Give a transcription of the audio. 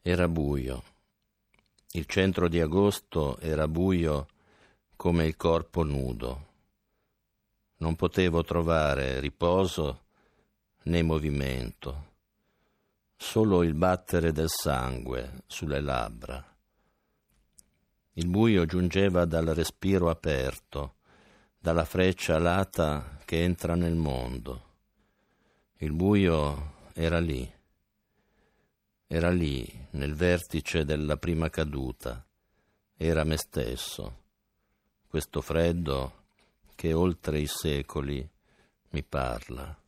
Era buio. Il centro di agosto era buio come il corpo nudo. Non potevo trovare riposo né movimento, solo il battere del sangue sulle labbra. Il buio giungeva dal respiro aperto, dalla freccia alata che entra nel mondo. Il buio era lì nel vertice della prima caduta, era me stesso, questo freddo che oltre i secoli mi parla.